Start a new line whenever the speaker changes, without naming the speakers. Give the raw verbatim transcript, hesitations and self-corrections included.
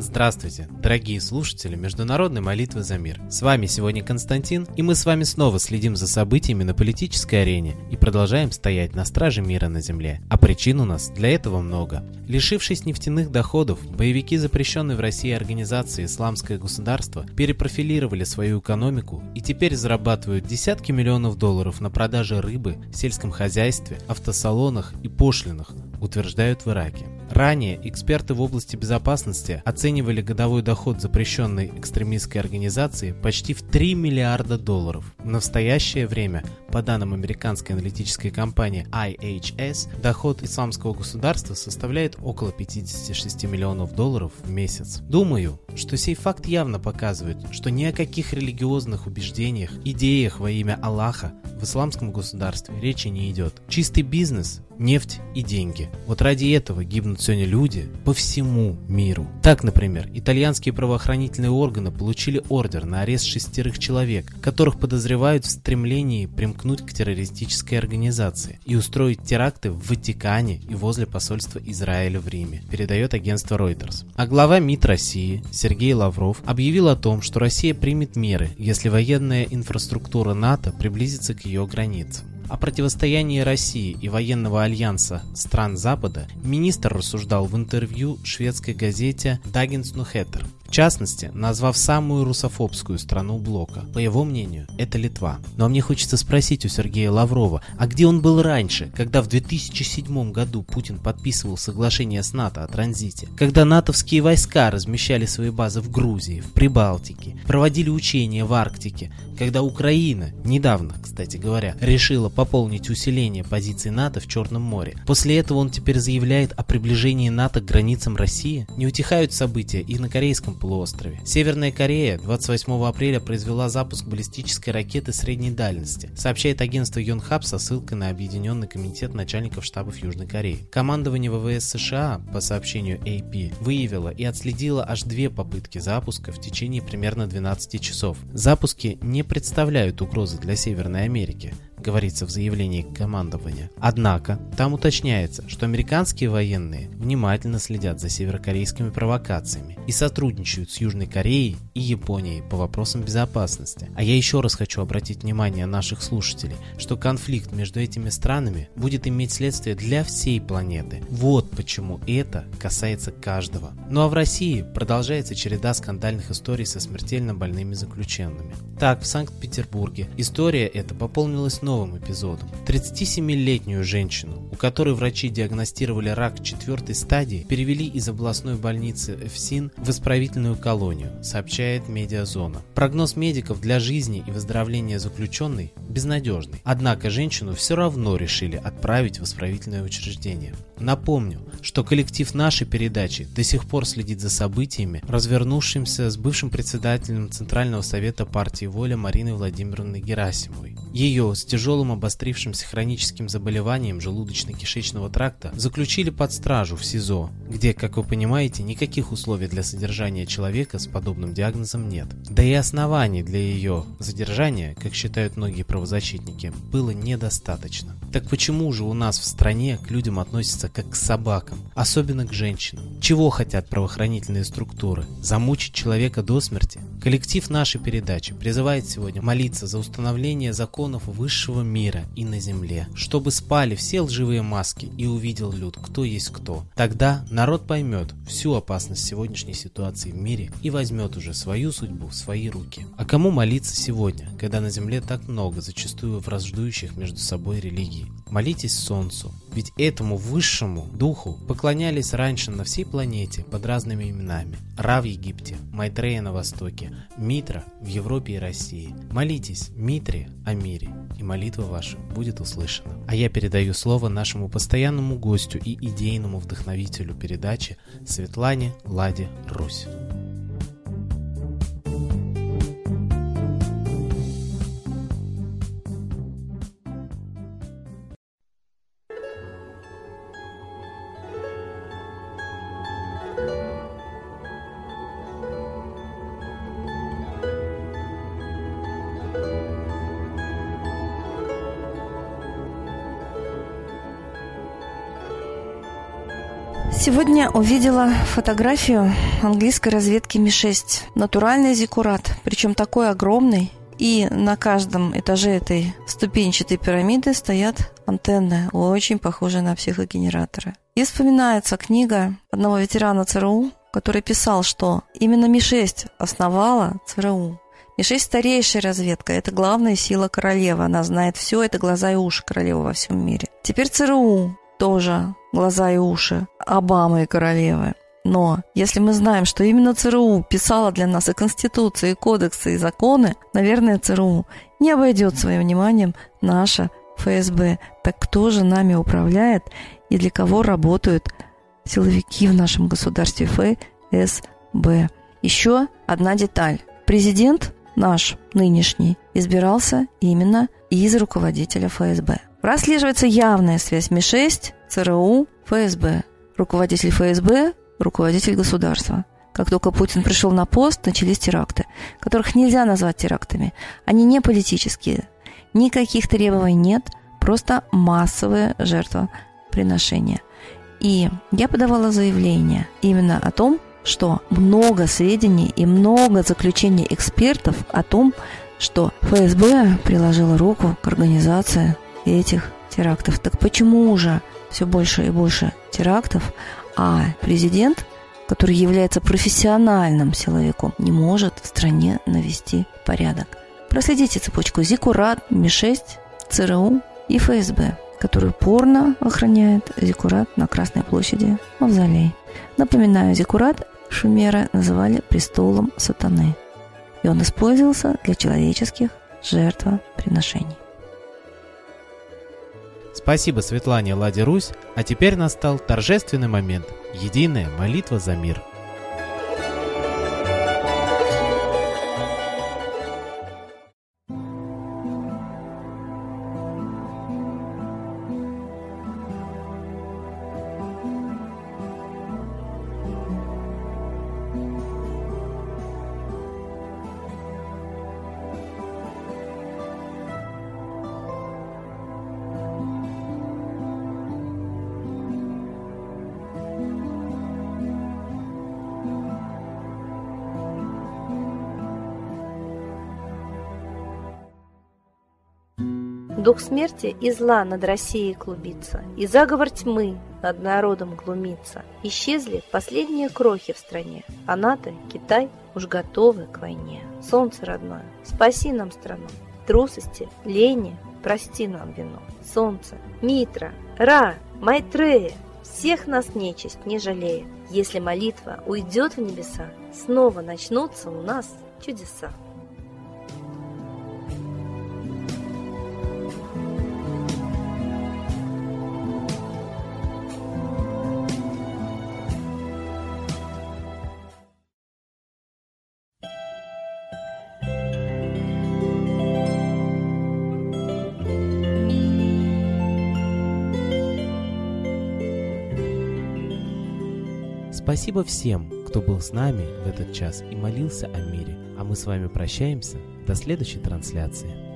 Здравствуйте, дорогие слушатели Международной молитвы за мир. С вами сегодня Константин, и мы с вами снова следим за событиями на политической арене и продолжаем стоять на страже мира на земле. А причин у нас для этого много. Лишившись нефтяных доходов, боевики запрещенной в России организации «Исламское государство» перепрофилировали свою экономику и теперь зарабатывают десятки миллионов долларов на продаже рыбы, сельском хозяйстве, автосалонах и пошлинах, утверждают в Ираке. Ранее эксперты в области безопасности оценивали годовой доход запрещенной экстремистской организации почти в три миллиарда долларов. В настоящее время, по данным американской аналитической компании ай эйч эс, доход исламского государства составляет около пятьдесят шесть миллионов долларов в месяц. Думаю, что сей факт явно показывает, что ни о каких религиозных убеждениях, идеях во имя Аллаха в исламском государстве речи не идет. Чистый бизнес, нефть и деньги. Вот ради этого гибнут сегодня люди по всему миру. Так, например, итальянские правоохранительные органы получили ордер на арест шестерых человек, которых подозревают в стремлении примкнуть к террористической организации и устроить теракты в Ватикане и возле посольства Израиля в Риме, передает агентство Reuters. А глава МИД России Сергей Лавров объявил о том, что Россия примет меры, если военная инфраструктура НАТО приблизится к ее границам. О противостоянии России и военного альянса стран Запада министр рассуждал в интервью шведской газете Dagens Nyheter, в частности, назвав самую русофобскую страну блока. По его мнению, это Литва. Но мне хочется спросить у Сергея Лаврова, а где он был раньше, когда в две тысячи седьмом году Путин подписывал соглашение с НАТО о транзите, когда натовские войска размещали свои базы в Грузии, в Прибалтике, проводили учения в Арктике, когда Украина, недавно, кстати говоря, решила пополнить усиление позиций НАТО в Черном море. После этого он теперь заявляет о приближении НАТО к границам России? Не утихают события и на Корейском полуострове. Северная Корея двадцать восьмого апреля произвела запуск баллистической ракеты средней дальности, сообщает агентство Йонхап со ссылкой на Объединенный комитет начальников штабов Южной Кореи. Командование ВВС США, по сообщению эй пи, выявило и отследило аж две попытки запуска в течение примерно двенадцати часов. Запуски не представляют угрозы для Северной Америки, говорится в заявлении командования. Однако, там уточняется, что американские военные внимательно следят за северокорейскими провокациями и сотрудничают с Южной Кореей и Японией по вопросам безопасности. А я еще раз хочу обратить внимание наших слушателей, что конфликт между этими странами будет иметь следствие для всей планеты. Вот почему это касается каждого. Ну а в России продолжается череда скандальных историй со смертельно больными заключенными. Так, в Санкт-Петербурге история эта пополнилась новым эпизодом. тридцатисемилетнюю женщину, у которой врачи диагностировали рак четвертой стадии, перевели из областной больницы ФСИН в исправительную колонию, сообщает Медиазона. Прогноз медиков для жизни и выздоровления заключенной безнадежный. Однако женщину все равно решили отправить в исправительное учреждение. Напомню, что коллектив нашей передачи до сих пор следит за событиями, развернувшимся с бывшим председателем Центрального совета партии «Воля» Мариной Владимировной Герасимовой. Ее с тяжелым обострившимся хроническим заболеванием желудочно-кишечного тракта заключили под стражу в СИЗО, где, как вы понимаете, никаких условий для содержания человека с подобным диагнозом нет. Да и оснований для ее задержания, как считают многие правозащитники, было недостаточно. Так почему же у нас в стране к людям относятся как к собакам, особенно к женщинам? Чего хотят правоохранительные структуры? Замучить человека до смерти? Коллектив нашей передачи призывает сегодня молиться за установление законов высшего мира и на земле, чтобы спали все лживые маски и увидел люд, кто есть кто. Тогда народ поймет всю опасность сегодняшней ситуации в мире и возьмет уже свою судьбу в свои руки. А кому молиться сегодня, когда на земле так много зачастую враждующих между собой религий? Молитесь Солнцу, ведь этому высшему духу поклонялись раньше на всей планете под разными именами. Ра в Египте, Майтрея на Востоке, Митра в Европе и России. Молитесь Митре о мире, и молитва ваша будет услышана. А я передаю слово нашему постоянному гостю и идейному вдохновителю передачи Светлане Ладе Русь.
Сегодня увидела фотографию английской разведки Ми шесть. Натуральный зиккурат, причем такой огромный. И на каждом этаже этой ступенчатой пирамиды стоят антенны, очень похожие на психогенераторы. И вспоминается книга одного ветерана ЦРУ, который писал, что именно Ми шесть основала ЦРУ. Ми шесть старейшая разведка, это главная сила королевы, она знает все, это глаза и уши королевы во всем мире. Теперь ЦРУ тоже глаза и уши Обамы и королевы. Но если мы знаем, что именно ЦРУ писала для нас и Конституцию, и кодексы, и законы, наверное, ЦРУ не обойдет своим вниманием наше ФСБ. Так кто же нами управляет и для кого работают силовики в нашем государстве ФСБ? Еще одна деталь. Президент наш нынешний избирался именно из руководителя ФСБ. Прослеживается явная связь Ми шесть, ЦРУ, ФСБ. Руководитель ФСБ – руководитель государства. Как только Путин пришел на пост, начались теракты, которых нельзя назвать терактами. Они не политические. Никаких требований нет, просто массовые жертвоприношения. И я подавала заявление именно о том, что много сведений и много заключений экспертов о том, что ФСБ приложила руку к организации этих терактов. Так почему же все больше и больше терактов, а президент, который является профессиональным силовиком, не может в стране навести порядок? Проследите цепочку: зиккурат, Ми шесть, ЦРУ и ФСБ, который упорно охраняет зиккурат на Красной площади, мавзолей. Напоминаю, зиккурат шумеры называли престолом сатаны, и он использовался для человеческих жертвоприношений.
Спасибо Светлане Ладе Русь, а теперь настал торжественный момент – единая молитва за мир.
Дух смерти и зла над Россией клубится, и заговор тьмы над народом глумится. Исчезли последние крохи в стране, а НАТО, Китай уж готовы к войне. Солнце родное, спаси нам страну, трусости, лени, прости нам вину. Солнце, Митра, Ра, Майтрея, всех нас нечисть не жалея. Если молитва уйдет в небеса, снова начнутся у нас чудеса.
Спасибо всем, кто был с нами в этот час и молился о мире. А мы с вами прощаемся. До следующей трансляции.